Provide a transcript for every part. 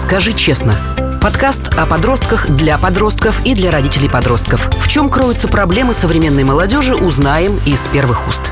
Скажи честно. Подкаст о подростках для подростков и для родителей подростков. В чем кроются проблемы современной молодежи, узнаем из первых уст.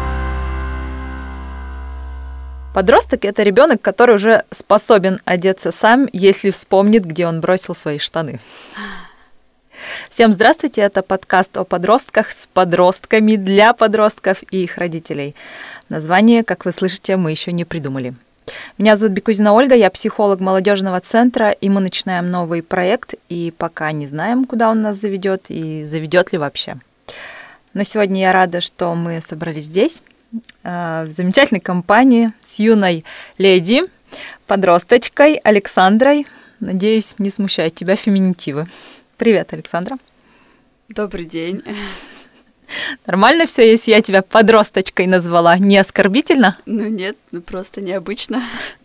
Подросток – это ребенок, который уже способен одеться сам, если вспомнит, где он бросил свои штаны. Всем здравствуйте, это подкаст о подростках с подростками для подростков и их родителей. Название, как вы слышите, мы еще не придумали. Меня зовут Бекузина Ольга, я психолог молодежного центра, и мы начинаем новый проект, и пока не знаем, куда он нас заведет и заведет ли вообще. Но сегодня я рада, что мы собрались здесь, в замечательной компании с юной леди, подросточкой Александрой. Надеюсь, не смущают тебя феминитивы. Привет, Александра. Добрый день. Нормально все, если я тебя подросточкой назвала? Не оскорбительно? Ну нет, просто необычно.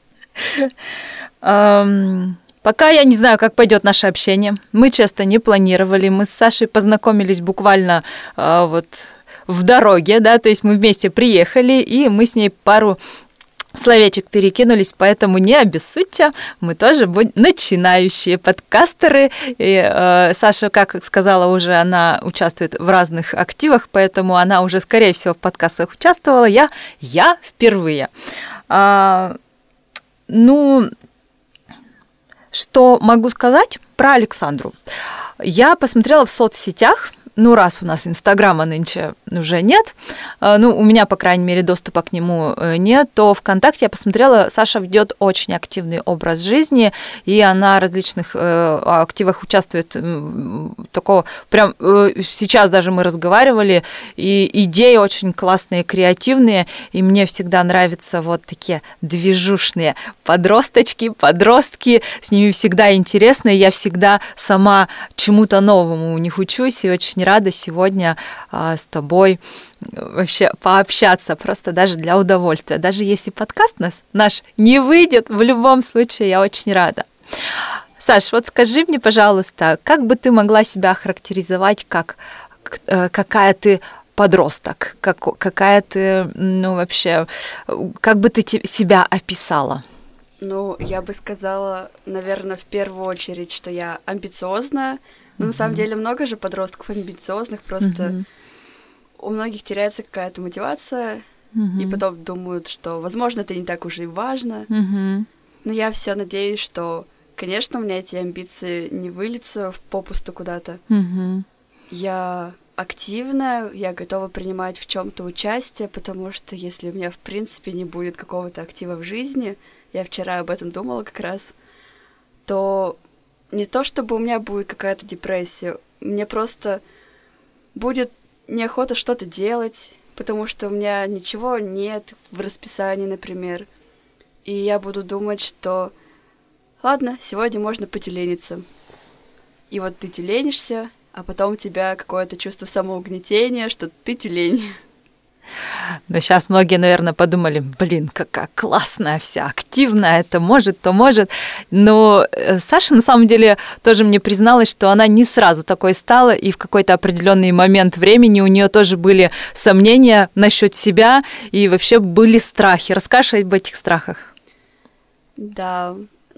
Пока я не знаю, как пойдет наше общение. Мы часто не планировали. Мы с Сашей познакомились буквально в дороге, да, то есть мы вместе приехали, и мы с ней пару словечек перекинулись, поэтому не обессудьте, мы тоже будем начинающие подкастеры. И Саша, как сказала уже, она участвует в разных активах, поэтому она уже, скорее всего, в подкастах участвовала. Я впервые. Что могу сказать про Александру? Я посмотрела в соцсетях. Раз у нас Инстаграма нынче уже нет, у меня, по крайней мере, доступа к нему нет, то ВКонтакте я посмотрела, Саша ведет очень активный образ жизни, и она в различных активах участвует. Такого прям сейчас даже мы разговаривали, и идеи очень классные, креативные, и мне всегда нравятся вот такие движушные подростки, с ними всегда интересно, и я всегда сама чему-то новому у них учусь, и очень рада сегодня с тобой вообще пообщаться, просто даже для удовольствия. Даже если подкаст наш не выйдет, в любом случае я очень рада. Саш, вот скажи мне, пожалуйста, как бы ты могла себя характеризовать, какая ты подросток, какая ты, вообще, как бы ты себя описала? Я бы сказала, наверное, в первую очередь, что я амбициозная. Но на самом деле много же подростков амбициозных, просто у многих теряется какая-то мотивация, и потом думают, что, возможно, это не так уж и важно. Но я все надеюсь, что, конечно, у меня эти амбиции не выльются попусту куда-то. Я активная, я готова принимать в чем-то участие, потому что если у меня, в принципе, не будет какого-то актива в жизни, я вчера об этом думала как раз, то не то чтобы у меня будет какая-то депрессия, мне просто будет неохота что-то делать, потому что у меня ничего нет в расписании, например. И я буду думать, что ладно, сегодня можно потюлениться. И вот ты тюленишься, а потом у тебя какое-то чувство самоугнетения, что ты тюлень. Но сейчас многие, наверное, подумали, какая классная вся, активная, это может, то может. Но Саша, на самом деле, тоже мне призналась, что она не сразу такой стала, и в какой-то определенный момент времени у нее тоже были сомнения насчет себя, и вообще были страхи. Расскажешь об этих страхах? Да,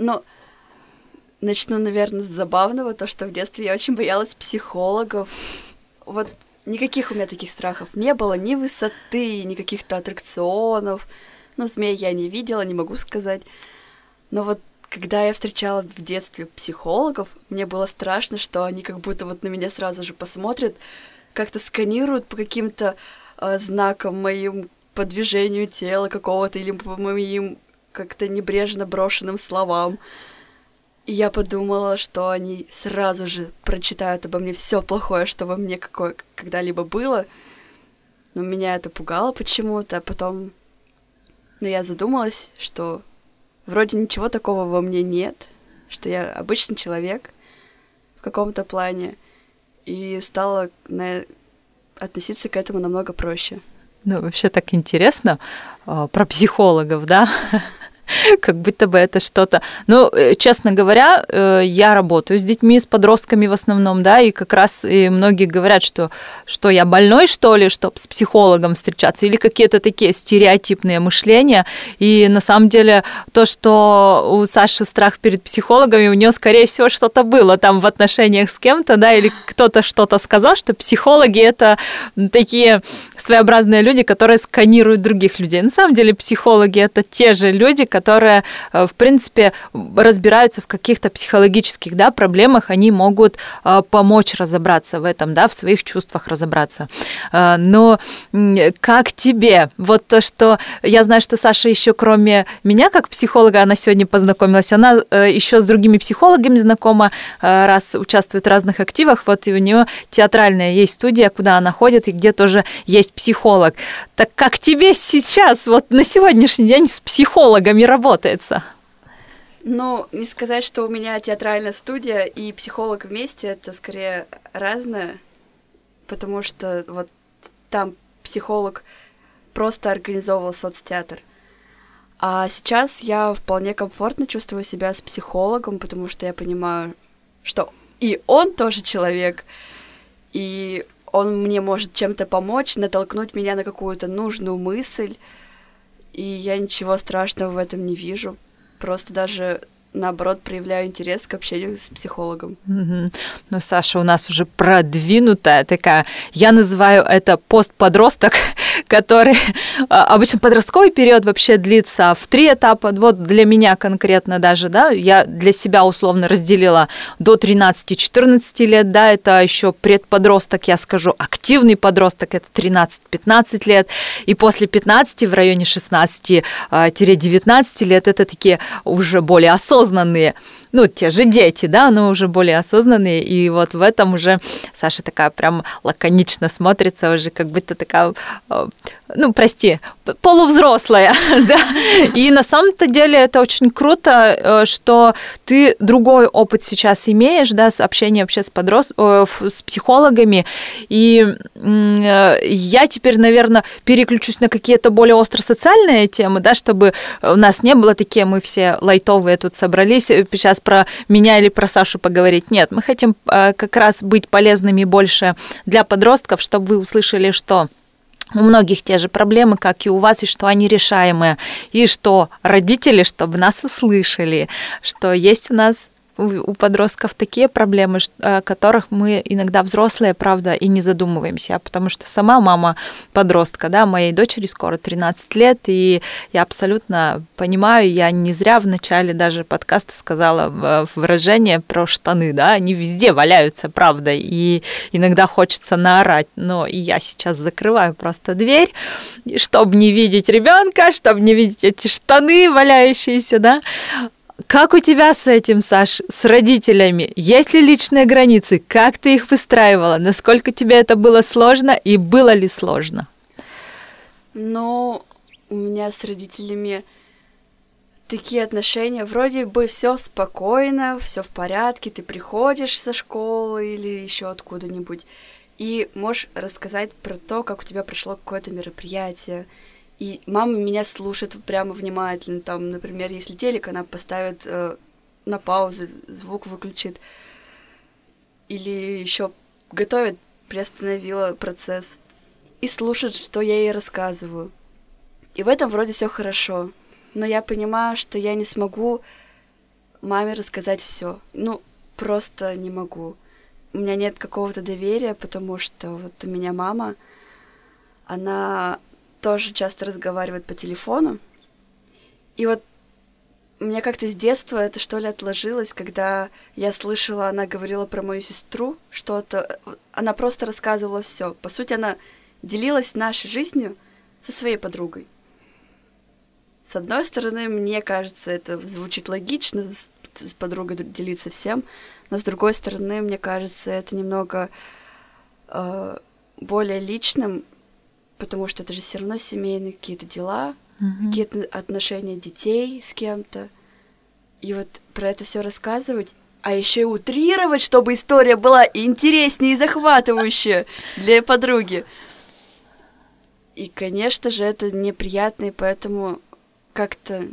начну, наверное, с забавного, то, что в детстве я очень боялась психологов. Никаких у меня таких страхов не было, ни высоты, ни каких-то аттракционов. Змей я не видела, не могу сказать. Но когда я встречала в детстве психологов, мне было страшно, что они как будто на меня сразу же посмотрят, как-то сканируют по каким-то знакам моим, по движению тела какого-то или по моим как-то небрежно брошенным словам. И я подумала, что они сразу же прочитают обо мне все плохое, что во мне когда-либо было. Но меня это пугало почему-то, а потом я задумалась, что вроде ничего такого во мне нет, что я обычный человек в каком-то плане, и стала относиться к этому намного проще. Вообще так интересно про психологов, да? как будто бы это что-то... Ну, честно говоря, я работаю с детьми, с подростками в основном, да, и как раз и многие говорят, что я больной, что ли, чтобы с психологом встречаться, или какие-то такие стереотипные мышления. И на самом деле то, что у Саши страх перед психологами, у нее, скорее всего, что-то было там в отношениях с кем-то, да, или кто-то что-то сказал, что психологи – это такие своеобразные люди, которые сканируют других людей. На самом деле психологи – это те же люди, которые, в принципе, разбираются в каких-то психологических, да, проблемах, они могут помочь разобраться в этом, да, в своих чувствах разобраться. Но как тебе? Вот то, что я знаю, что Саша еще кроме меня, как психолога, она сегодня познакомилась, она еще с другими психологами знакома, раз участвует в разных активах, вот и у нее театральная есть студия, куда она ходит, и где тоже есть психолог. Так как тебе сейчас, вот на сегодняшний день с психологами работается? Ну, не сказать, что у меня театральная студия и психолог вместе, это скорее разное, потому что вот там психолог просто организовывал соцтеатр. А сейчас я вполне комфортно чувствую себя с психологом, потому что я понимаю, что и он тоже человек, и он мне может чем-то помочь, натолкнуть меня на какую-то нужную мысль, и я ничего страшного в этом не вижу. Просто даже, наоборот, проявляю интерес к общению с психологом. Ну, Саша у нас уже продвинутая такая, я называю это постподросток, который обычно подростковый период вообще длится в 3 этапа. Вот для меня конкретно даже, да, я для себя условно разделила до 13-14 лет, да, это еще предподросток, я скажу, активный подросток, это 13-15 лет, и после 15, в районе 16-19 лет, это такие уже более осознанные, ну, те же дети, да, но уже более осознанные, и вот в этом уже Саша такая прям лаконично смотрится, уже как будто такая, ну, прости, полувзрослая, да, и на самом-то деле это очень круто, что ты другой опыт сейчас имеешь, да, с общением вообще с психологами, и я теперь, наверное, переключусь на какие-то более остросоциальные темы, да, чтобы у нас не было такие, мы все лайтовые тут собрались, сейчас про меня или про Сашу поговорить. Нет, мы хотим как раз быть полезными больше для подростков, чтобы вы услышали, что у многих те же проблемы, как и у вас, и что они решаемые, и что родители, чтобы нас услышали, что есть у нас у подростков такие проблемы, о которых мы иногда взрослые, правда, и не задумываемся, потому что сама мама подростка, да, моей дочери скоро 13 лет, и я абсолютно понимаю, я не зря в начале даже подкаста сказала выражение про штаны, да, они везде валяются, правда, и иногда хочется наорать, но и я сейчас закрываю просто дверь, чтобы не видеть ребенка, чтобы не видеть эти штаны валяющиеся, да. Как у тебя с этим, Саш, с родителями? Есть ли личные границы? Как ты их выстраивала? Насколько тебе это было сложно и было ли сложно? Ну, у меня с родителями такие отношения. Вроде бы все спокойно, все в порядке. Ты приходишь со школы или еще откуда-нибудь и можешь рассказать про то, как у тебя прошло какое-то мероприятие. И мама меня слушает прямо внимательно. Там, например, если телек, она поставит на паузу, звук выключит. Или еще готовит, приостановила процесс. И слушает, что я ей рассказываю. И в этом вроде все хорошо. Но я понимаю, что я не смогу маме рассказать все. Ну, просто не могу. У меня нет какого-то доверия, потому что вот у меня мама, она тоже часто разговаривает по телефону. И вот у меня как-то с детства это, что ли, отложилось, когда я слышала, она говорила про мою сестру что-то. Она просто рассказывала все. По сути, она делилась нашей жизнью со своей подругой. С одной стороны, мне кажется, это звучит логично, с подругой делиться всем, но с другой стороны, мне кажется, это немного более личным, потому что это же все равно семейные какие-то дела, какие-то отношения детей с кем-то. И вот про это все рассказывать, а еще и утрировать, чтобы история была интереснее и захватывающая для подруги. И, конечно же, это неприятно, и поэтому как-то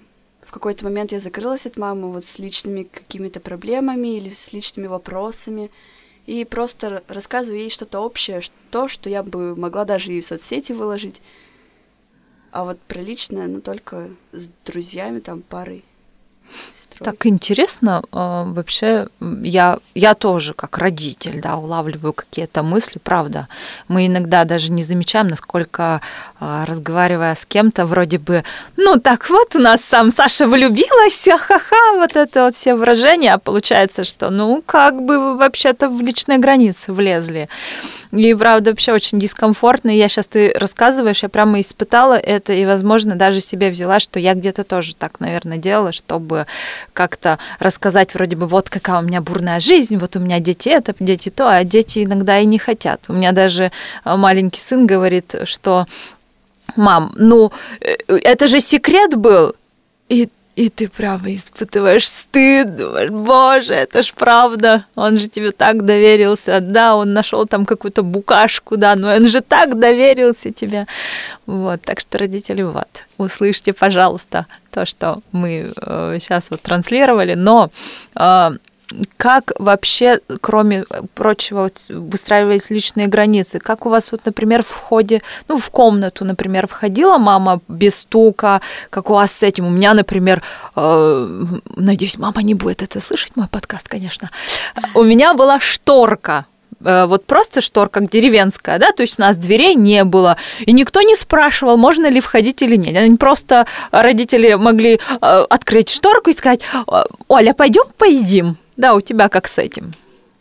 в какой-то момент я закрылась от мамы вот с личными какими-то проблемами или с личными вопросами, и просто рассказываю ей что-то общее, то, что я бы могла даже и в соцсети выложить, а вот про личное, ну, только с друзьями, там, парой. Сестрой. Так интересно, вообще я тоже как родитель, да, улавливаю какие-то мысли, правда. Мы иногда даже не замечаем, насколько, разговаривая с кем-то, вроде бы, ну так вот у нас сам Саша влюбилась, ха-ха, вот это вот все выражения, а получается, что ну как бы вообще-то в личные границы влезли. И правда вообще очень дискомфортно. Я сейчас, ты рассказываешь, я прямо испытала это и, возможно, даже себе взяла, что я где-то тоже так, наверное, делала, чтобы как-то рассказать вроде бы, вот какая у меня бурная жизнь, вот у меня дети это, дети то, а дети иногда и не хотят. У меня даже маленький сын говорит, что мам, ну это же секрет был, и ты прямо испытываешь стыд, думаешь, боже, это ж правда, он же тебе так доверился, да, он нашел там какую-то букашку, да, но он же так доверился тебе. Вот, так что, родители, вот, услышьте, пожалуйста, то, что мы сейчас вот транслировали, но как вообще, кроме прочего, вот, выстраивались личные границы? Как у вас, вот, например, в входе, ну, в комнату, например, входила мама без стука? Как у вас с этим? У меня, например, надеюсь, мама не будет это слышать, мой подкаст, конечно. У меня была шторка. Вот просто шторка деревенская, да, то есть у нас дверей не было, и никто не спрашивал, можно ли входить или нет. Они просто, родители могли открыть шторку и сказать, Оля, пойдем поедим. Да, у тебя как с этим?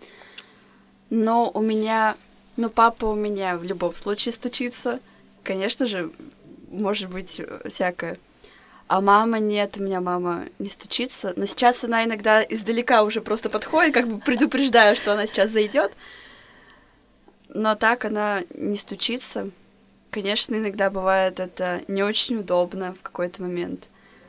Но у меня, папа у меня в любом случае стучится, конечно же, может быть всякое. А мама нет, у меня мама не стучится, но сейчас она иногда издалека уже просто подходит, как бы предупреждая, что она сейчас зайдет. Но так она не стучится. Конечно, иногда бывает это не очень удобно в какой-то момент.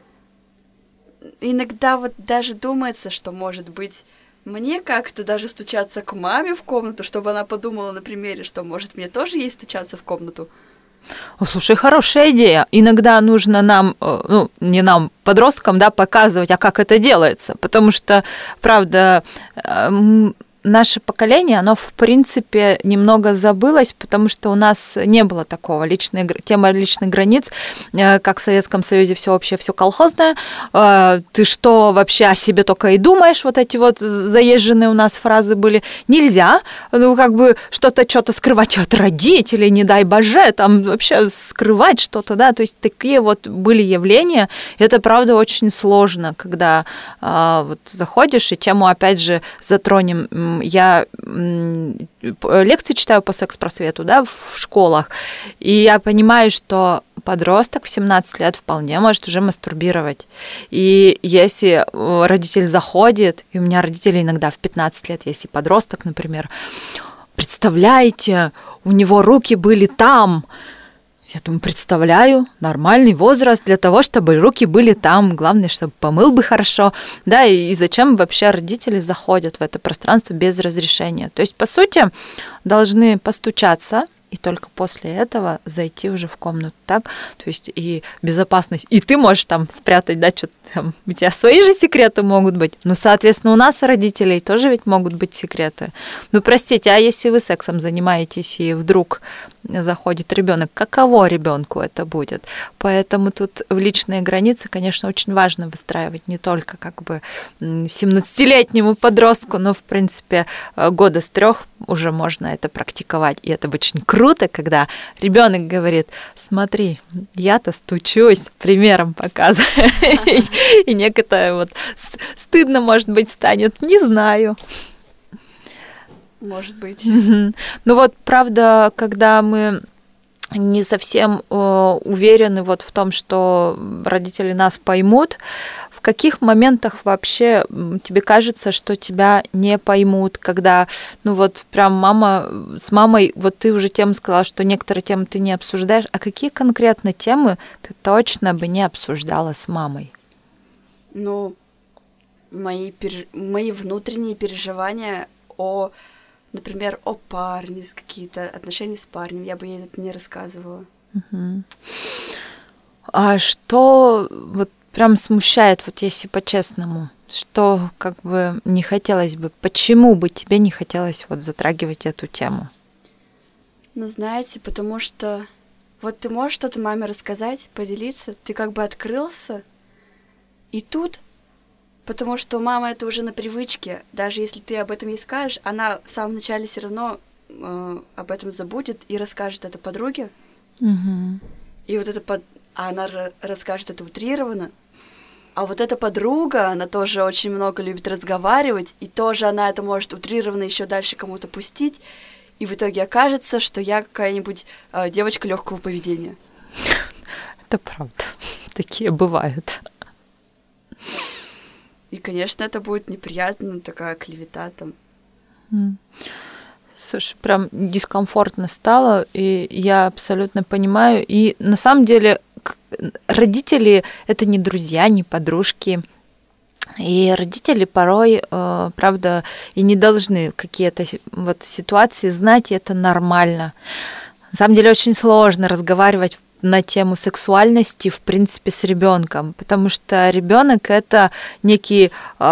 Иногда вот даже думается, что, может быть, мне как-то даже стучаться к маме в комнату, чтобы она подумала на примере, что, может, мне тоже ей стучаться в комнату. О, слушай, хорошая идея. Иногда нужно нам, ну, не нам, подросткам, да, показывать, а как это делается. Потому что, правда, наше поколение, оно, в принципе, немного забылось, потому что у нас не было такого. Тема личных границ, как в Советском Союзе, все общее, все колхозное. Ты что вообще о себе только и думаешь? Вот эти вот заезженные у нас фразы были. Нельзя, ну, как бы что-то скрывать от родителей, не дай боже, там вообще скрывать что-то, да, то есть такие вот были явления. Это, правда, очень сложно, когда вот заходишь, и тему, опять же, затронем. Я лекции читаю по секс-просвету, да, в школах, и я понимаю, что подросток в 17 лет вполне может уже мастурбировать. И если родитель заходит, и у меня родители иногда в 15 лет, если подросток, например, представляете, у него руки были там. Я думаю, представляю, нормальный возраст для того, чтобы руки были там. Главное, чтобы помыл бы хорошо. Да, и зачем вообще родители заходят в это пространство без разрешения? То есть, по сути, должны постучаться, и только после этого зайти уже в комнату, так? То есть и безопасность. И ты можешь там спрятать, да, что-то там. У тебя свои же секреты могут быть. Ну, соответственно, у нас, родителей, тоже ведь могут быть секреты. Ну, простите, а если вы сексом занимаетесь, и вдруг заходит ребенок, каково ребенку это будет? Поэтому тут в личные границы, конечно, очень важно выстраивать не только как бы 17-летнему подростку, но, в принципе, года с 3 уже можно это практиковать. И это очень круто, когда ребенок говорит: смотри, я-то стучусь, примером показываю. И некоторое вот стыдно, может быть, станет, не знаю. Может быть. Ну вот, правда, когда мы не совсем уверены вот в том, что родители нас поймут, в каких моментах вообще тебе кажется, что тебя не поймут, когда, ну вот прям с мамой, вот ты уже тему сказала, что некоторые темы ты не обсуждаешь, а какие конкретно темы ты точно бы не обсуждала с мамой? Ну, мои внутренние переживания например, о парне, какие-то отношения с парнем, я бы ей это не рассказывала. А что вот прям смущает, вот если по-честному? Что как бы не хотелось бы? Почему бы тебе не хотелось вот затрагивать эту тему? Ну, знаете, потому что вот ты можешь что-то маме рассказать, поделиться, ты как бы открылся, и тут, потому что мама это уже на привычке, даже если ты об этом ей скажешь, она в самом начале все равно об этом забудет и расскажет это подруге. Угу. И вот она расскажет это утрированно. А вот эта подруга, она тоже очень много любит разговаривать, и тоже она это может утрированно еще дальше кому-то пустить. И в итоге окажется, что я какая-нибудь девочка легкого поведения. Это правда. Такие бывают. И, конечно, это будет неприятно, такая клевета там. Слушай, прям дискомфортно стало, и я абсолютно понимаю. И на самом деле родители — это не друзья, не подружки. И родители порой, правда, и не должны какие-то вот ситуации знать, и это нормально. На самом деле очень сложно разговаривать на тему сексуальности, в принципе, с ребенком, потому что ребенок это некий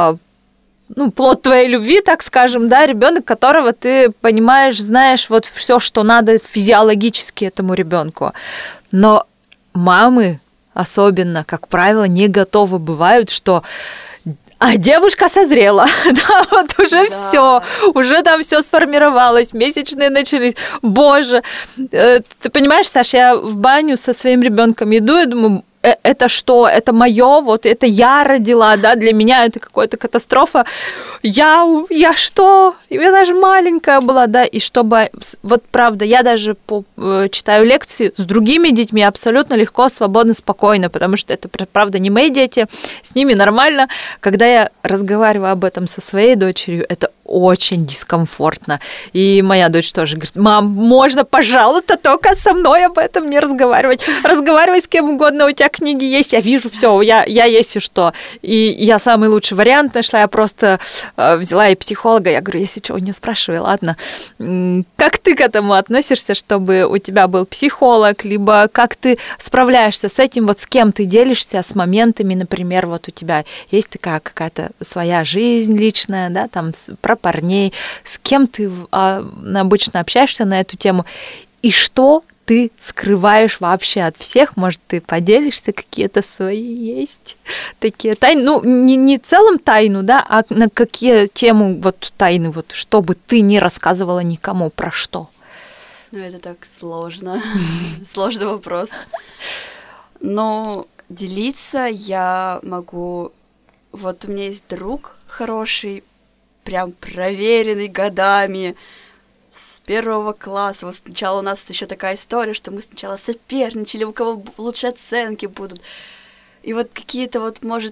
плод твоей любви, так скажем, да, ребенок, которого ты понимаешь, знаешь вот все, что надо физиологически этому ребенку. Но мамы особенно, как правило, не готовы бывают, что девушка созрела, да, вот уже все, уже там все сформировалось, месячные начались. Боже, ты понимаешь, Саша, я в баню со своим ребенком иду и думаю, это что? Это мое, вот это я родила, да, для меня это какая-то катастрофа. Я что? Я даже маленькая была, да, и чтобы, вот правда, я даже читаю лекции с другими детьми абсолютно легко, свободно, спокойно, потому что это, правда, не мои дети, с ними нормально. Когда я разговариваю об этом со своей дочерью, это очень дискомфортно. И моя дочь тоже говорит: мам, можно, пожалуйста, только со мной об этом не разговаривать. Разговаривай с кем угодно, у тебя книги есть, я вижу все, я есть и что. И я самый лучший вариант нашла, я просто взяла и психолога, я говорю, если чего, не спрашивай, ладно. Как ты к этому относишься, чтобы у тебя был психолог, либо как ты справляешься с этим, вот с кем ты делишься, с моментами, например, вот у тебя есть такая какая-то своя жизнь личная, да, там про парней, с кем ты обычно общаешься на эту тему, и что ты скрываешь вообще от всех? Может, ты поделишься, какие-то свои есть такие тайны? Ну, не в целом тайну, да, а на какие темы вот тайны, вот, чтобы ты не рассказывала никому, про что? Ну, это так сложно. Сложный вопрос. Но делиться я могу... Вот у меня есть друг хороший, прям проверенный годами, с 1 класса. Вот сначала у нас еще такая история, что мы сначала соперничали, у кого лучше оценки будут. И вот какие-то вот, может,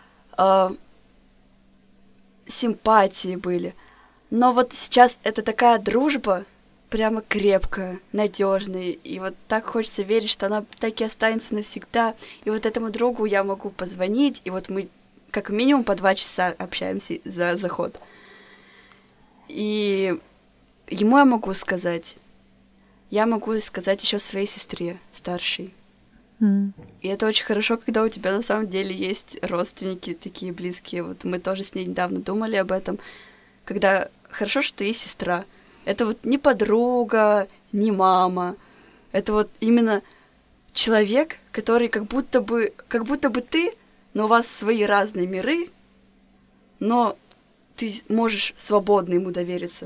симпатии были. Но вот сейчас это такая дружба, прямо крепкая, надежная. И вот так хочется верить, что она так и останется навсегда. И вот этому другу я могу позвонить, и вот мы как минимум по 2 часа общаемся за заход. И ему я могу сказать еще своей сестре старшей. И это очень хорошо, когда у тебя на самом деле есть родственники такие близкие. Вот мы тоже с ней недавно думали об этом. Когда хорошо, что есть сестра. Это вот не подруга, не мама. Это вот именно человек, который как будто бы ты, но у вас свои разные миры, но ты можешь свободно ему довериться.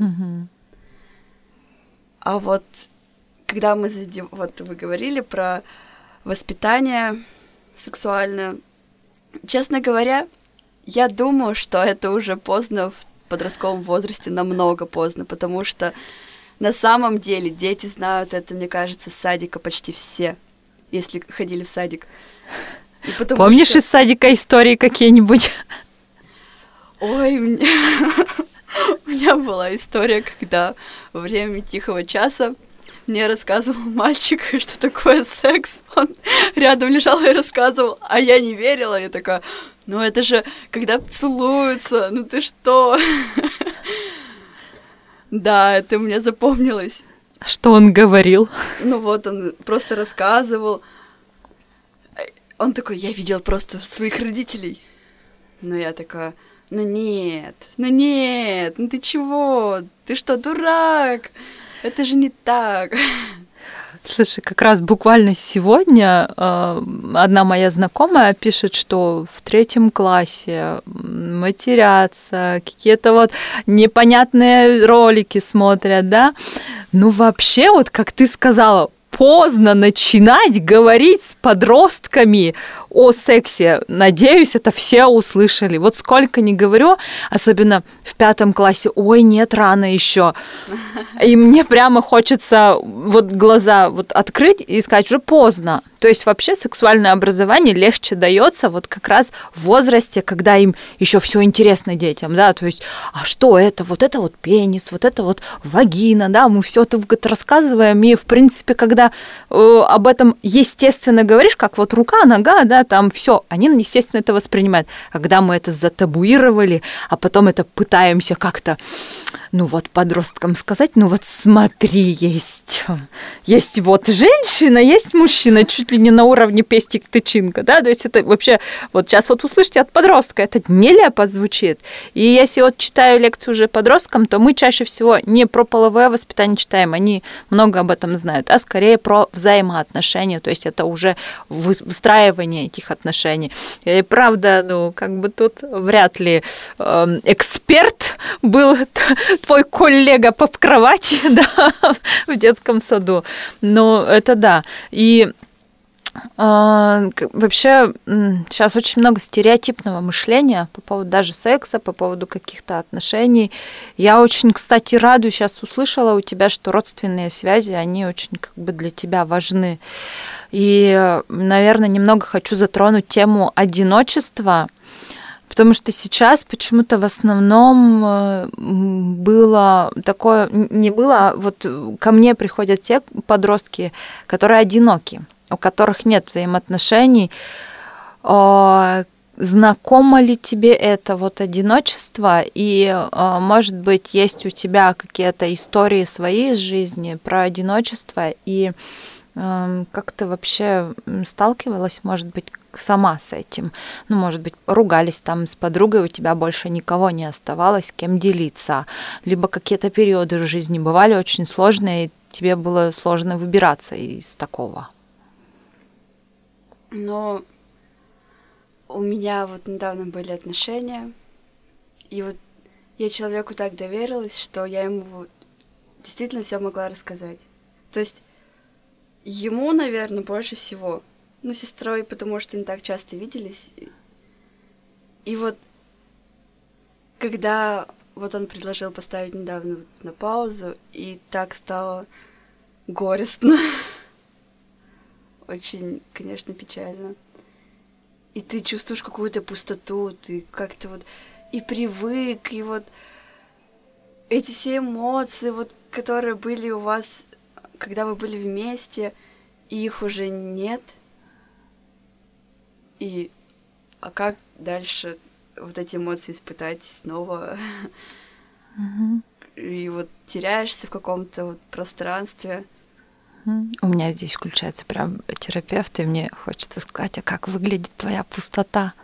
А вот когда вот вы говорили про воспитание сексуальное, честно говоря, я думаю, что это уже поздно в подростковом возрасте, намного поздно, потому что на самом деле дети знают это, мне кажется, с садика почти все, если ходили в садик. Помнишь из садика истории какие-нибудь? Ой, у меня была история, когда во время тихого часа мне рассказывал мальчик, что такое секс. Он рядом лежал и рассказывал, а я не верила. Я такая, ну это же когда целуются, ну ты что? Да, это мне запомнилось. Что он говорил? Ну вот он просто рассказывал. Он такой: я видел просто своих родителей. Но я такая: ну нет, ну ты чего? Ты что, дурак? Это же не так. Слушай, как раз буквально сегодня одна моя знакомая пишет, что в 3 классе матерятся, какие-то вот непонятные ролики смотрят, да? Ну вообще, вот как ты сказала, поздно начинать говорить с подростками о сексе. Надеюсь, это все услышали. Вот сколько ни говорю, особенно в 5 классе, ой, нет, рано еще. И мне прямо хочется вот глаза вот открыть и сказать, уже поздно. То есть вообще сексуальное образование легче дается вот как раз в возрасте, когда им еще все интересно детям, да, то есть, а что это вот пенис, вот это вот вагина, да, мы все это рассказываем, и в принципе, когда об этом естественно говоришь, как вот рука, нога, да, там все, они естественно это воспринимают. Когда мы это затабуировали, а потом это пытаемся как-то, ну вот подросткам сказать, ну вот смотри, есть вот женщина, есть мужчина, чуть ли не на уровне пестик-тычинка, да, то есть это вообще, вот сейчас вот услышите от подростка, это нелепо звучит. И если вот читаю лекцию уже подросткам, то мы чаще всего не про половое воспитание читаем, они много об этом знают, а скорее про взаимоотношения, то есть это уже выстраивание этих отношений. И правда, ну, как бы тут вряд ли эксперт был твой коллега по кровати, да, в детском саду, но это да. И вообще сейчас очень много стереотипного мышления по поводу даже секса, по поводу каких-то отношений. Я очень, кстати, радуюсь, сейчас услышала у тебя, что родственные связи, они очень как бы для тебя важны. И, наверное, немного хочу затронуть тему одиночества, потому что сейчас почему-то в основном было такое, не было, вот ко мне приходят те подростки, которые одиноки, у которых нет взаимоотношений. Знакомо ли тебе это вот одиночество? И, может быть, есть у тебя какие-то истории своей из жизни про одиночество? И как ты вообще сталкивалась, может быть, сама с этим? Ну, может быть, ругались там с подругой, у тебя больше никого не оставалось, с кем делиться. Либо какие-то периоды в жизни бывали очень сложные, и тебе было сложно выбираться из такого. Но у меня вот недавно были отношения, и вот я человеку так доверилась, что я ему действительно все могла рассказать. То есть ему, наверное, больше всего. Ну, с сестрой, потому что не так часто виделись. И вот когда вот он предложил поставить недавно на паузу, и так стало горестно. Очень, конечно, печально. И ты чувствуешь какую-то пустоту, ты как-то вот и привык, и вот эти все эмоции, вот, которые были у вас, когда вы были вместе, и их уже нет. И а как дальше вот эти эмоции испытать снова? И вот теряешься в каком-то вот пространстве. У меня здесь включается прям терапевт, и мне хочется сказать, а как выглядит твоя пустота?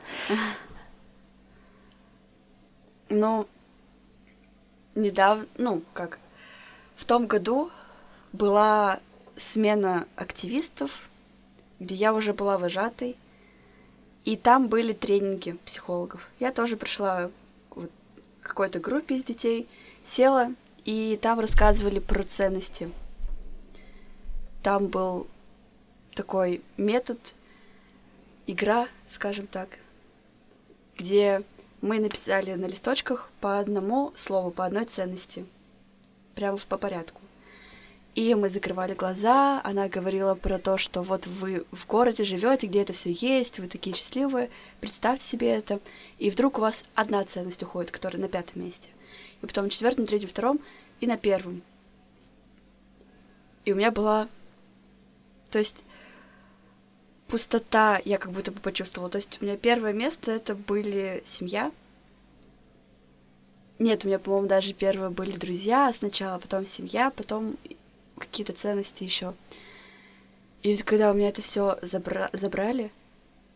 Ну, недавно, в том году была смена активистов, где я уже была вожатой, и там были тренинги психологов. Я тоже пришла вот к какой-то группе из детей, села, и там рассказывали про ценности. Там был такой метод, игра, скажем так, где мы написали на листочках по одному слову, по одной ценности, прямо по порядку. И мы закрывали глаза, она говорила про то, что вот вы в городе живете, где это все есть, вы такие счастливые, представьте себе это, и вдруг у вас одна ценность уходит, которая на 5-м месте, и потом на 4-м, 3-м, 2-м и на 1-м. И у меня была... То есть пустота я как будто бы почувствовала. То есть у меня первое место это были семья. Нет, у меня, по-моему, даже первые были друзья сначала, потом семья, потом какие-то ценности еще. И когда у меня это все забрали,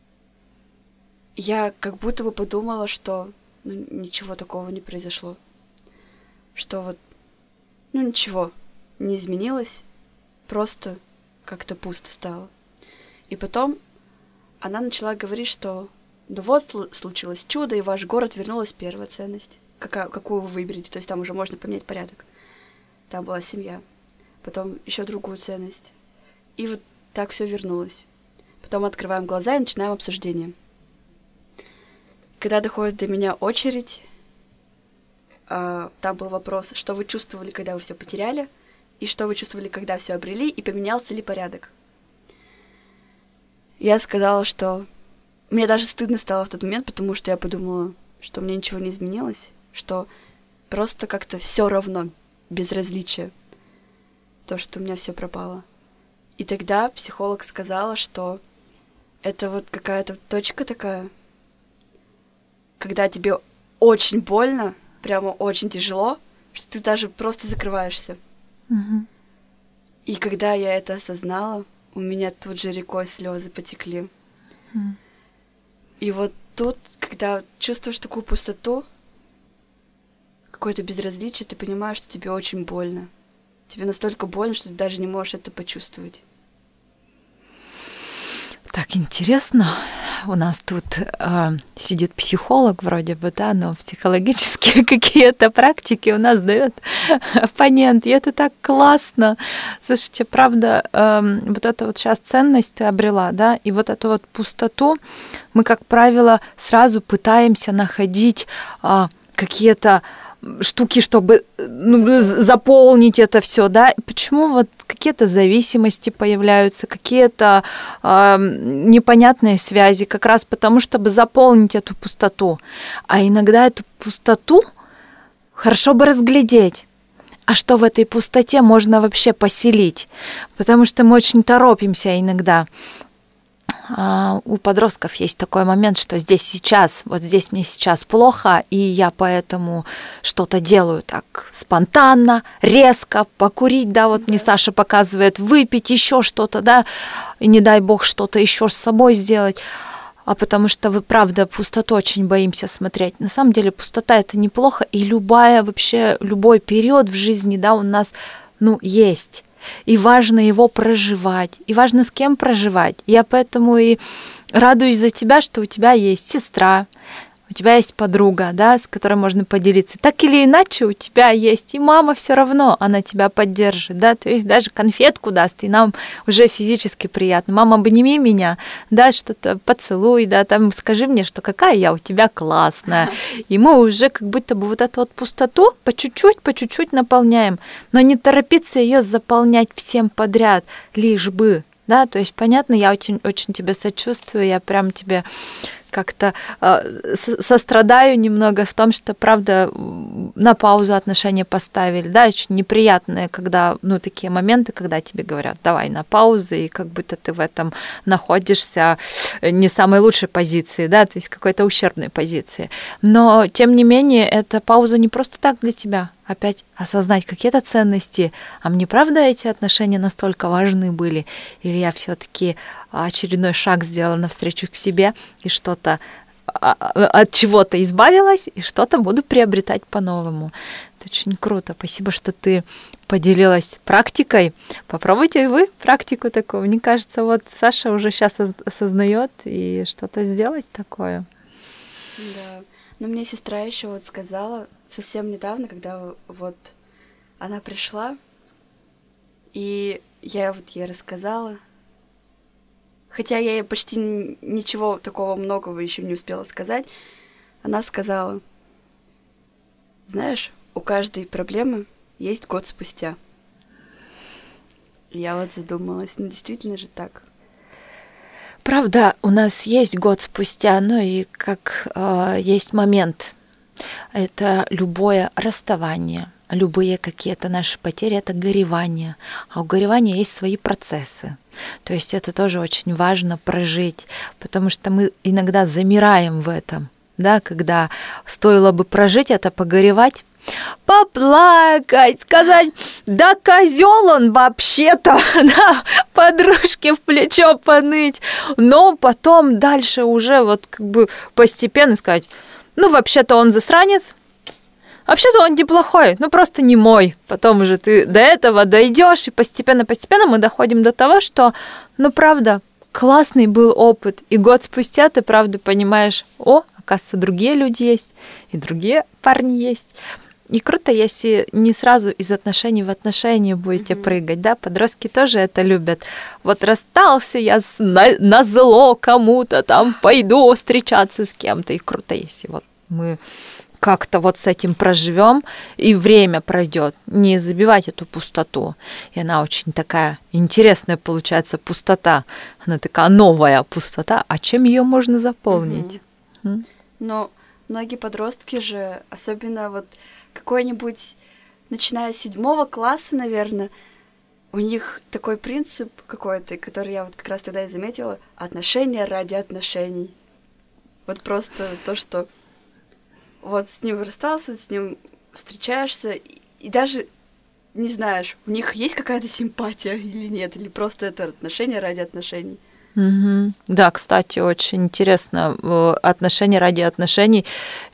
я как будто бы подумала, что ничего такого не произошло. Что вот, ничего не изменилось, просто как-то пусто стало. И потом она начала говорить, что вот случилось чудо, и в ваш город вернулась первая ценность. Какую вы выберете? То есть там уже можно поменять порядок. Там была семья. Потом еще другую ценность. И вот так все вернулось. Потом открываем глаза и начинаем обсуждение. Когда доходит до меня очередь, там был вопрос, что вы чувствовали, когда вы все потеряли, и что вы чувствовали, когда все обрели, и поменялся ли порядок. Я сказала, что мне даже стыдно стало в тот момент, потому что я подумала, что мне ничего не изменилось, что просто как-то все равно, безразличие, то, что у меня все пропало. И тогда психолог сказала, что это вот какая-то точка такая, когда тебе очень больно, прямо очень тяжело, что ты даже просто закрываешься. Угу. И когда я это осознала, у меня тут же рекой слезы потекли. И вот тут, когда чувствуешь такую пустоту, какое-то безразличие, ты понимаешь, что тебе очень больно. Тебе настолько больно, что ты даже не можешь это почувствовать. Так интересно. У нас тут сидит психолог вроде бы, да, но психологические какие-то практики у нас дает оппонент. И это так классно. Слушайте, правда, вот эта вот сейчас ценность ты обрела, да, и вот эту вот пустоту мы, как правило, сразу пытаемся находить какие-то штуки, чтобы заполнить это все, да? Почему вот какие-то зависимости появляются, какие-то непонятные связи, как раз потому, чтобы заполнить эту пустоту. А иногда эту пустоту хорошо бы разглядеть. А что в этой пустоте можно вообще поселить? Потому что мы очень торопимся иногда. У подростков есть такой момент, что здесь сейчас, вот здесь мне сейчас плохо, и я поэтому что-то делаю так спонтанно, резко, покурить, да, вот мне Саша показывает, выпить, еще что-то, да, и не дай бог что-то еще с собой сделать, потому что вы, правда, пустоту очень боимся смотреть. На самом деле пустота — это неплохо, и любой период в жизни, да, у нас, есть. И важно его проживать, и важно с кем проживать. Я поэтому и радуюсь за тебя, что у тебя есть сестра, у тебя есть подруга, да, с которой можно поделиться. Так или иначе у тебя есть и мама, все равно она тебя поддержит, да, то есть даже конфетку даст, и нам уже физически приятно. Мама, обними меня, да, что-то поцелуй, да, там скажи мне, что какая я у тебя классная. И мы уже как будто бы вот эту вот пустоту по чуть-чуть наполняем, но не торопиться ее заполнять всем подряд, лишь бы, да, то есть понятно, я очень, очень тебе сочувствую, я прям тебе как-то сострадаю немного в том, что, правда, на паузу отношения поставили, да, очень неприятные, когда, такие моменты, когда тебе говорят, давай на паузу, и как будто ты в этом находишься не самой лучшей позиции, да, то есть какой-то ущербной позиции. Но, тем не менее, эта пауза не просто так для тебя. Опять осознать какие-то ценности. А мне, правда, эти отношения настолько важны были? Или я все-таки очередной шаг сделала навстречу к себе и что-то от чего-то избавилась, и что-то буду приобретать по-новому. Это очень круто. Спасибо, что ты поделилась практикой. Попробуйте и вы практику такую. Мне кажется, вот Саша уже сейчас осознает и что-то сделать такое. Да. Но мне сестра еще вот сказала совсем недавно, когда вот она пришла, и я вот ей рассказала, хотя я ей почти ничего такого многого еще не успела сказать, она сказала, знаешь, у каждой проблемы есть год спустя. Я вот задумалась, действительно же так. Правда, у нас есть год спустя, и как есть момент. Это любое расставание, любые какие-то наши потери — это горевание. А у горевания есть свои процессы. То есть это тоже очень важно прожить, потому что мы иногда замираем в этом, да, когда стоило бы прожить это, погоревать, поплакать, сказать, да козел он вообще-то, да, подружке в плечо поныть, но потом дальше уже вот как бы постепенно сказать, ну вообще-то он засранец, вообще-то он неплохой, ну просто не мой. Потом уже ты до этого дойдешь, и постепенно мы доходим до того, что, ну правда, классный был опыт, и год спустя ты правда понимаешь, оказывается, другие люди есть, и другие парни есть. И круто, если не сразу из отношений в отношения будете прыгать, да, подростки тоже это любят. Вот расстался я на зло кому-то, там пойду встречаться с кем-то, и круто, если вот мы как-то вот с этим проживем, и время пройдет, не забивать эту пустоту. И она очень такая интересная получается пустота, она такая новая пустота, а чем ее можно заполнить? Но многие подростки же, особенно вот какой-нибудь, начиная с 7 класса, наверное, у них такой принцип какой-то, который я вот как раз тогда и заметила, отношения ради отношений. Вот просто то, что вот с ним расстался, с ним встречаешься, и даже не знаешь, у них есть какая-то симпатия или нет, или просто это отношения ради отношений. Да, кстати, очень интересно, отношения ради отношений.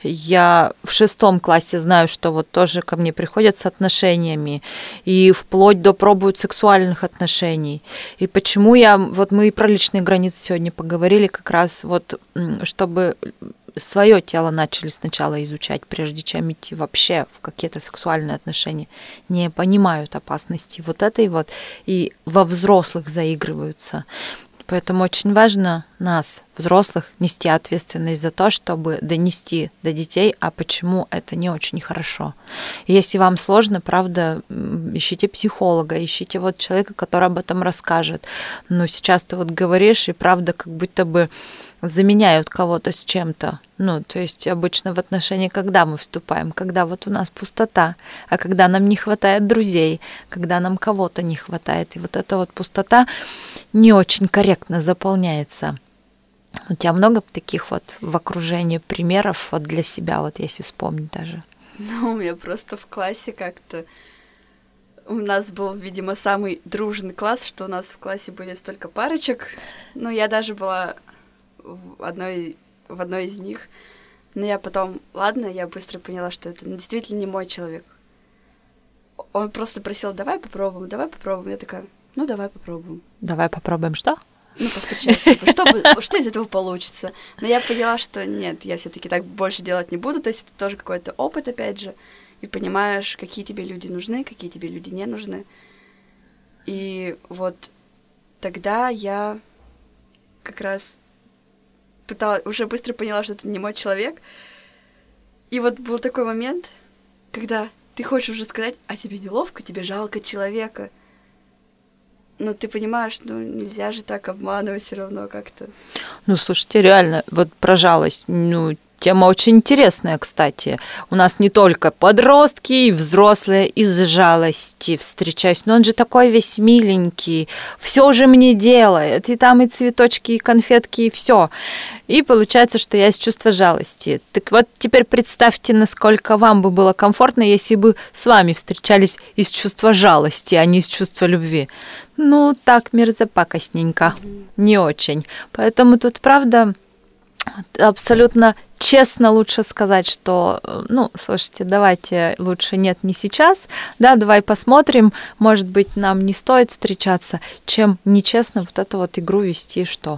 Я в 6 классе знаю, что вот тоже ко мне приходят с отношениями, и вплоть до пробуют сексуальных отношений. И почему вот мы и про личные границы сегодня поговорили, как раз вот, чтобы свое тело начали сначала изучать, прежде чем идти вообще в какие-то сексуальные отношения, не понимают опасности вот этой вот, и во взрослых заигрываются. Поэтому очень важно нас, взрослых, нести ответственность за то, чтобы донести до детей, а почему это не очень хорошо. И если вам сложно, правда, ищите психолога, ищите вот человека, который об этом расскажет. Но сейчас ты вот говоришь, и правда, как будто бы заменяют кого-то с чем-то. Ну, то есть обычно в отношения, когда мы вступаем, когда вот у нас пустота, а когда нам не хватает друзей, когда нам кого-то не хватает. И вот эта вот пустота не очень корректно заполняется. У тебя много таких вот в окружении примеров вот для себя, вот если вспомнить даже? Ну, у меня просто в классе как-то... У нас был, видимо, самый дружный класс, что у нас в классе были столько парочек. Ну, я даже была в одной из них. Но я потом, я быстро поняла, что это действительно не мой человек. Он просто просил, давай попробуем. Я такая, ну, давай попробуем. Давай попробуем что? Ну, повстречаться, что из этого получится. Но я поняла, что нет, я все-таки так больше делать не буду. То есть это тоже какой-то опыт, опять же. И понимаешь, какие тебе люди нужны, какие тебе люди не нужны. И вот тогда я как раз уже быстро поняла, что это не мой человек. И вот был такой момент, когда ты хочешь уже сказать, а тебе неловко, тебе жалко человека. Но ты понимаешь, нельзя же так обманывать все равно как-то. Ну, слушайте, реально, вот про жалость, тема очень интересная, кстати. У нас не только подростки и взрослые из жалости встречаются, но он же такой весь миленький, все же мне делает, и там и цветочки, и конфетки, и все. И получается, что я из чувства жалости. Так вот, теперь представьте, насколько вам бы было комфортно, если бы с вами встречались из чувства жалости, а не из чувства любви. Ну, так мерзопакостненько, не очень. Поэтому тут, правда, абсолютно честно лучше сказать, что, слушайте, давайте лучше нет, не сейчас, да, давай посмотрим, может быть, нам не стоит встречаться, чем нечестно вот эту вот игру вести, что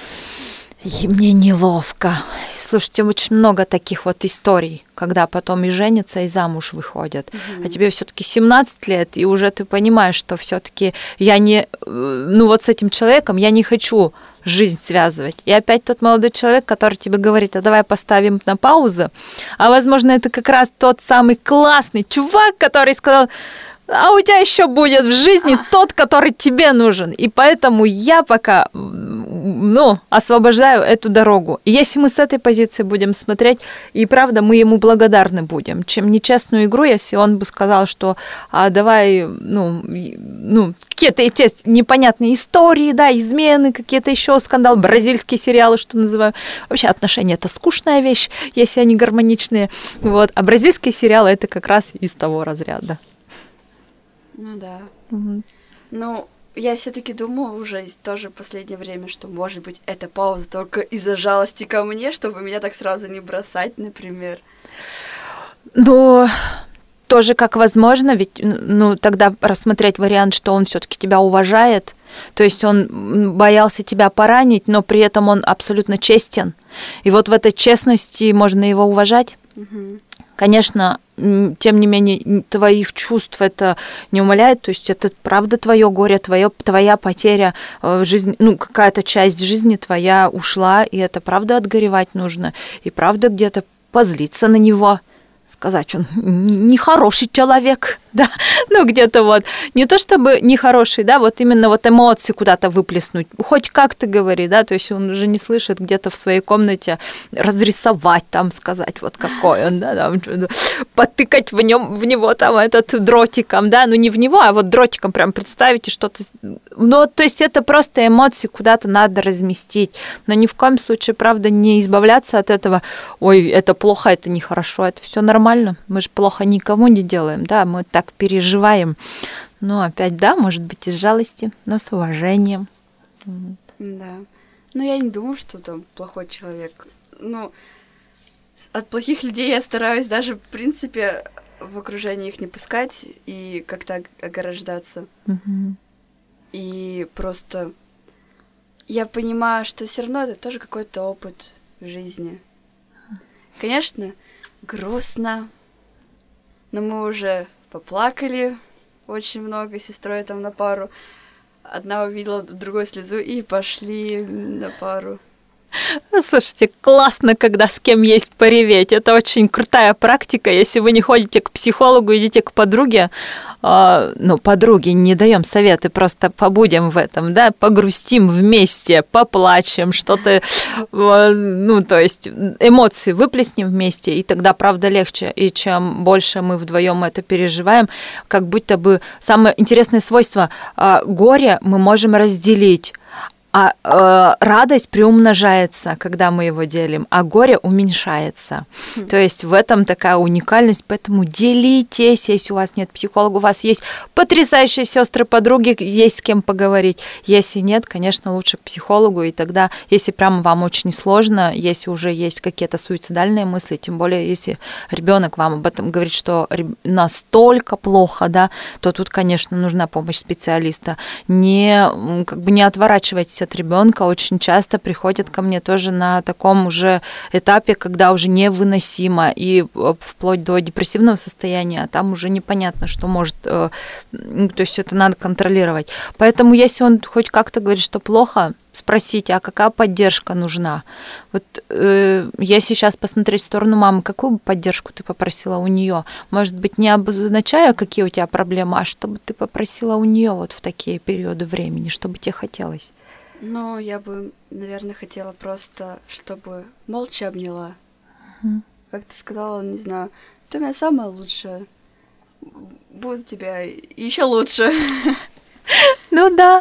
и мне неловко. Слушайте, очень много таких вот историй, когда потом и женятся, и замуж выходят. А тебе все-таки 17 лет, и уже ты понимаешь, что все-таки я не, вот с этим человеком я не хочу жизнь связывать. И опять тот молодой человек, который тебе говорит, а давай поставим на паузу. А возможно, это как раз тот самый классный чувак, который сказал, а у тебя еще будет в жизни тот, который тебе нужен. И поэтому я пока освобождаю эту дорогу. И если мы с этой позиции будем смотреть, и правда, мы ему благодарны будем, чем нечестную игру, если он бы сказал, что давай, какие-то эти непонятные истории, да, измены, какие-то еще скандалы, бразильские сериалы, что называю. Вообще отношения — это скучная вещь, если они гармоничные. Вот. А бразильские сериалы — это как раз из того разряда. Ну да. Угу. Ну, я все-таки думаю уже тоже в последнее время, что, может быть, эта пауза только из-за жалости ко мне, чтобы меня так сразу не бросать, например. Ну, тоже как возможно, ведь, тогда рассмотреть вариант, что он все-таки тебя уважает, то есть он боялся тебя поранить, но при этом он абсолютно честен. И вот в этой честности можно его уважать. Угу. Конечно, тем не менее, твоих чувств это не умаляет, то есть это правда твое горе, твоя потеря в жизни, какая-то часть жизни твоя ушла, и это правда отгоревать нужно, и правда где-то позлиться на него, сказать, он нехороший человек, да, где-то вот, не то чтобы нехороший, да, вот именно вот эмоции куда-то выплеснуть, хоть как-то говори, да, то есть он уже не слышит где-то в своей комнате разрисовать там, сказать, вот какой он, да, там, потыкать в него там этот дротиком, да, не в него, а вот дротиком прям представить и что-то, то есть это просто эмоции куда-то надо разместить, но ни в коем случае, правда, не избавляться от этого, ой, это плохо, это нехорошо, это все нормально, мы же плохо никому не делаем, да, мы так переживаем. Но опять, да, может быть, из жалости, но с уважением. Да. Я не думаю, что там плохой человек. От плохих людей я стараюсь даже, в принципе, в окружении их не пускать и как-то ограждаться. Угу. И просто я понимаю, что все равно это тоже какой-то опыт в жизни. Конечно, грустно, но мы уже поплакали очень много с сестрой там на пару. Одна увидела другую слезу и пошли на пару. Слушайте, классно, когда с кем есть пореветь. Это очень крутая практика. Если вы не ходите к психологу, идите к подруге. Подруге не даем советы, просто побудем в этом, да, погрустим вместе, поплачем, что-то, то есть эмоции выплеснем вместе, и тогда, правда, легче. И чем больше мы вдвоем это переживаем, как будто бы самое интересное свойство горе мы можем разделить. А радость приумножается, когда мы его делим, а горе уменьшается. То есть в этом такая уникальность, поэтому делитесь, если у вас нет психолога, у вас есть потрясающие сестры, подруги, есть с кем поговорить. Если нет, конечно, лучше к психологу, и тогда, если прямо вам очень сложно, если уже есть какие-то суицидальные мысли, тем более, если ребенок вам об этом говорит, что настолько плохо, да, то тут, конечно, нужна помощь специалиста. Не отворачивайтесь от ребенка, очень часто приходят ко мне тоже на таком уже этапе, когда уже невыносимо и вплоть до депрессивного состояния, а там уже непонятно, что может, то есть это надо контролировать. Поэтому если он хоть как-то говорит, что плохо, спросите, а какая поддержка нужна? Вот если сейчас посмотреть в сторону мамы, какую бы поддержку ты попросила у нее? Может быть, не обозначая, какие у тебя проблемы, а чтобы ты попросила у нее вот в такие периоды времени, что бы тебе хотелось? Я бы, наверное, хотела просто, чтобы молча обняла. Как ты сказала, не знаю, ты моя самая лучшая. Буду тебя еще лучше. Да.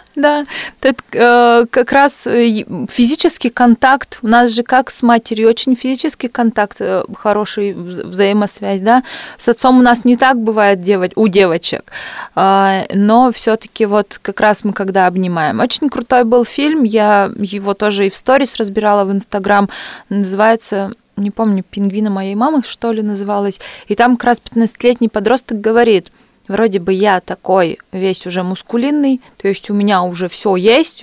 Это как раз физический контакт. У нас же как с матерью очень физический контакт, хороший взаимосвязь, да. С отцом у нас не так бывает у девочек, но все-таки вот как раз мы когда обнимаем. Очень крутой был фильм, я его тоже и в сторис разбирала в Инстаграм, называется, не помню, «Пингвины моей мамы», что ли, называлось, и там как раз 15-летний подросток говорит: вроде бы я такой весь уже мускулинный, то есть у меня уже все есть,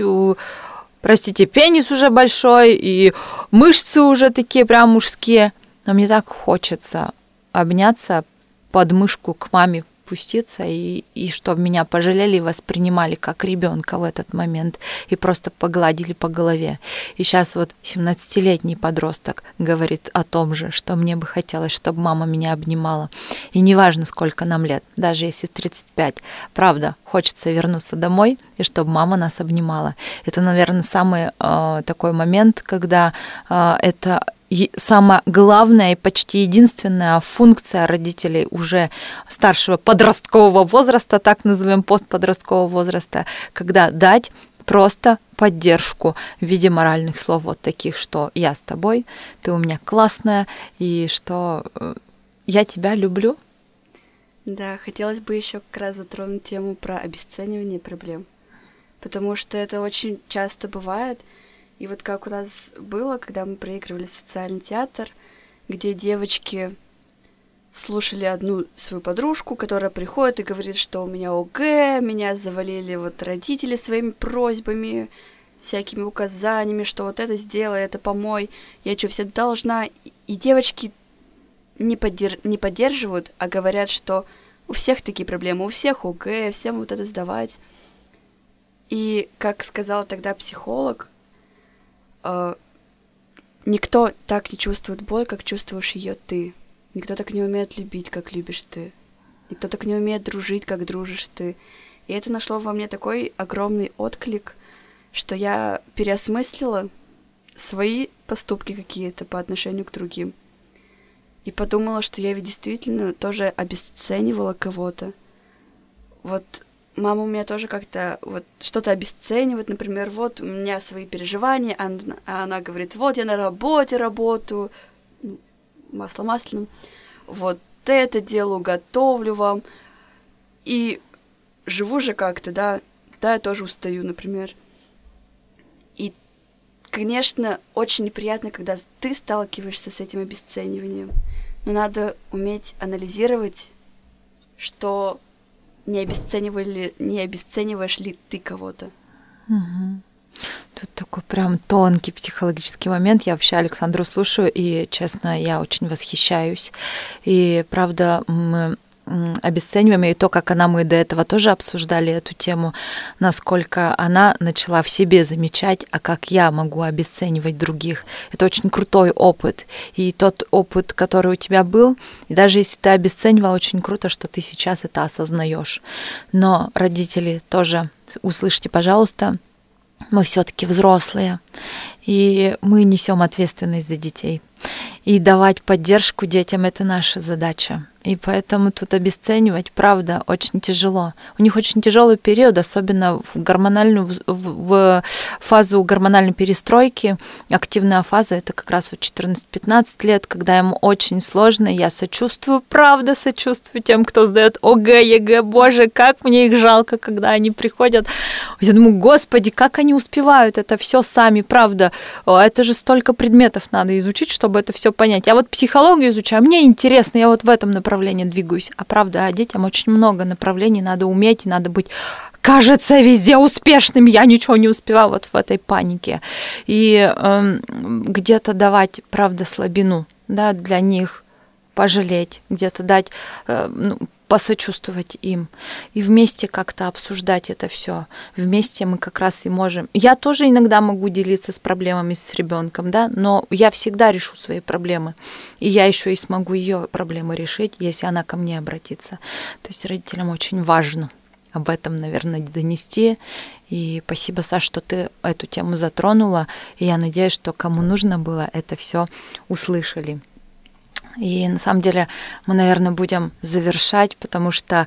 пенис уже большой, и мышцы уже такие прям мужские, но мне так хочется обняться под мышку к маме, спуститься, и что меня пожалели и воспринимали как ребенка в этот момент и просто погладили по голове. И сейчас вот 17-летний подросток говорит о том же, что мне бы хотелось, чтобы мама меня обнимала. И неважно, сколько нам лет, даже если 35, правда, хочется вернуться домой, и чтобы мама нас обнимала. Это, наверное, самый такой момент, когда это самая главная и почти единственная функция родителей уже старшего подросткового возраста, так назовем, постподросткового возраста, когда дать просто поддержку в виде моральных слов вот таких, что я с тобой, ты у меня классная, и что я тебя люблю. Да, хотелось бы еще как раз затронуть тему про обесценивание проблем, потому что это очень часто бывает. И вот как у нас было, когда мы проигрывали социальный театр, где девочки слушали одну свою подружку, которая приходит и говорит, что у меня ОГЭ, меня завалили вот родители своими просьбами, всякими указаниями, что вот это сделай, это помой, я что, всем должна. И девочки не поддерживают, а говорят, что у всех такие проблемы, у всех ОГЭ, всем вот это сдавать. И, как сказал тогда психолог, никто так не чувствует боль, как чувствуешь ее ты. Никто так не умеет любить, как любишь ты. Никто так не умеет дружить, как дружишь ты. И это нашло во мне такой огромный отклик, что я переосмыслила свои поступки какие-то по отношению к другим. И подумала, что я ведь действительно тоже обесценивала кого-то. Вот мама у меня тоже как-то вот что-то обесценивает, например, вот у меня свои переживания, а она говорит, вот я на работе работаю, масло масляным, вот это делаю, готовлю вам, и живу же как-то, да, я тоже устаю, например. И, конечно, очень неприятно, когда ты сталкиваешься с этим обесцениванием, но надо уметь анализировать, что не обесцениваешь ли ты кого-то. Угу. Тут такой прям тонкий психологический момент. Я вообще Александру слушаю, и, честно, я очень восхищаюсь. И, правда, мы обесцениваем, и то, как мы до этого тоже обсуждали эту тему, насколько она начала в себе замечать, а как я могу обесценивать других. Это очень крутой опыт. И тот опыт, который у тебя был, и даже если ты обесценивал, очень круто, что ты сейчас это осознаешь. Но родители тоже, услышьте, пожалуйста, мы все-таки взрослые, и мы несем ответственность за детей. И давать поддержку детям — это наша задача. И поэтому тут обесценивать, правда, очень тяжело. У них очень тяжелый период, особенно в фазу гормональной перестройки. Активная фаза — это как раз 14-15 лет, когда им очень сложно. Я сочувствую, правда, сочувствую тем, кто сдает ОГЭ, ЕГЭ. Боже, как мне их жалко, когда они приходят. Я думаю, господи, как они успевают это все сами, правда. Это же столько предметов надо изучить, чтобы это все понять. Я вот психологию изучаю, мне интересно, я вот в этом направлении двигаюсь. А правда, детям очень много направлений надо уметь, надо быть, кажется, везде успешным. Я ничего не успеваю вот в этой панике. И где-то давать, правда, слабину, да, для них, пожалеть, где-то дать, посочувствовать им и вместе как-то обсуждать это все. Вместе мы как раз и можем. Я тоже иногда могу делиться с проблемами с ребенком, да, но я всегда решу свои проблемы. И я еще и смогу ее проблемы решить, если она ко мне обратится. То есть родителям очень важно об этом, наверное, донести. И спасибо, Саш, что ты эту тему затронула. И я надеюсь, что кому нужно было, это все услышали. И на самом деле мы, наверное, будем завершать, потому что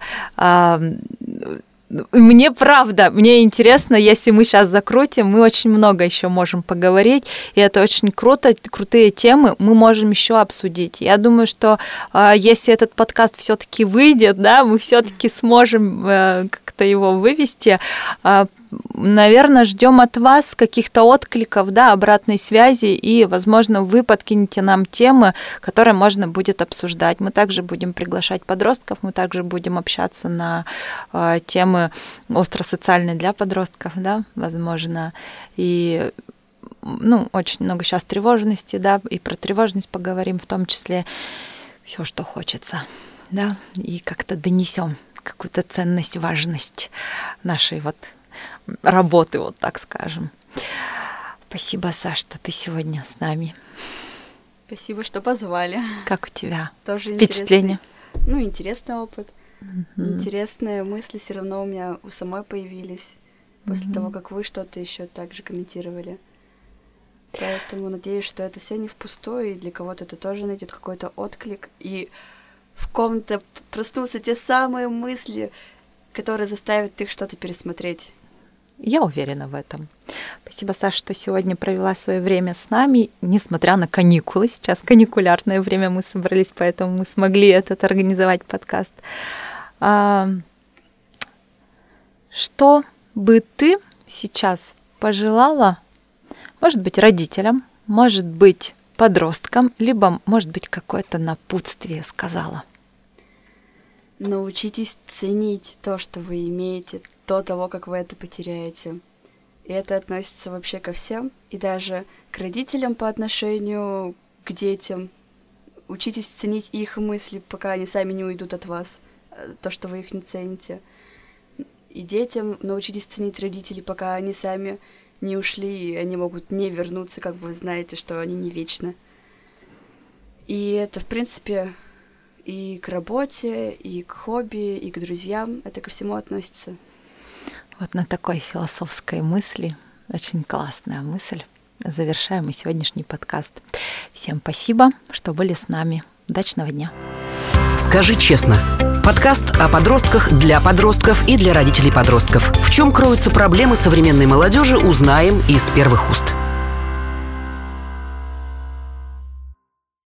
мне интересно, если мы сейчас закрутим, мы очень много еще можем поговорить, и это очень круто, крутые темы мы можем еще обсудить. Я думаю, что если этот подкаст все-таки выйдет, да, мы все-таки сможем как-то его вывести. Наверное, ждем от вас каких-то откликов, да, обратной связи, и, возможно, вы подкинете нам темы, которые можно будет обсуждать. Мы также будем приглашать подростков, мы также будем общаться на темы остросоциальные для подростков, да, возможно, и очень много сейчас тревожности, да, и про тревожность поговорим, в том числе все, что хочется. да, и как-то донесем какую-то ценность, важность нашей вот работы, вот так скажем. Спасибо, Саш, что ты сегодня с нами. Спасибо, что позвали. Как у тебя тоже впечатление? Интересный опыт. Интересные мысли все равно у меня у самой появились после того, как вы что-то еще так же комментировали. Поэтому надеюсь, что это все не впустую, и для кого-то это тоже найдет какой-то отклик, и в ком-то проснутся те самые мысли, которые заставят их что-то пересмотреть. Я уверена в этом. Спасибо, Саша, что сегодня провела свое время с нами, несмотря на каникулы. Сейчас каникулярное время мы собрались, поэтому мы смогли организовать подкаст. Что бы ты сейчас пожелала, может быть, родителям, может быть, подросткам, либо, может быть, какое-то напутствие сказала? Научитесь ценить то, что вы имеете, до того, как вы это потеряете. И это относится вообще ко всем, и даже к родителям по отношению к детям. Учитесь ценить их мысли, пока они сами не уйдут от вас, то, что вы их не цените. И детям научитесь ценить родителей, пока они сами не ушли, и они могут не вернуться, как вы знаете, что они не вечны. И это, в принципе, и к работе, и к хобби, и к друзьям. Это ко всему относится. Вот на такой философской мысли, очень классная мысль, завершаем мы сегодняшний подкаст. Всем спасибо, что были с нами. Удачного дня. «Скажи честно» – подкаст о подростках для подростков и для родителей подростков. В чем кроются проблемы современной молодежи, узнаем из первых уст.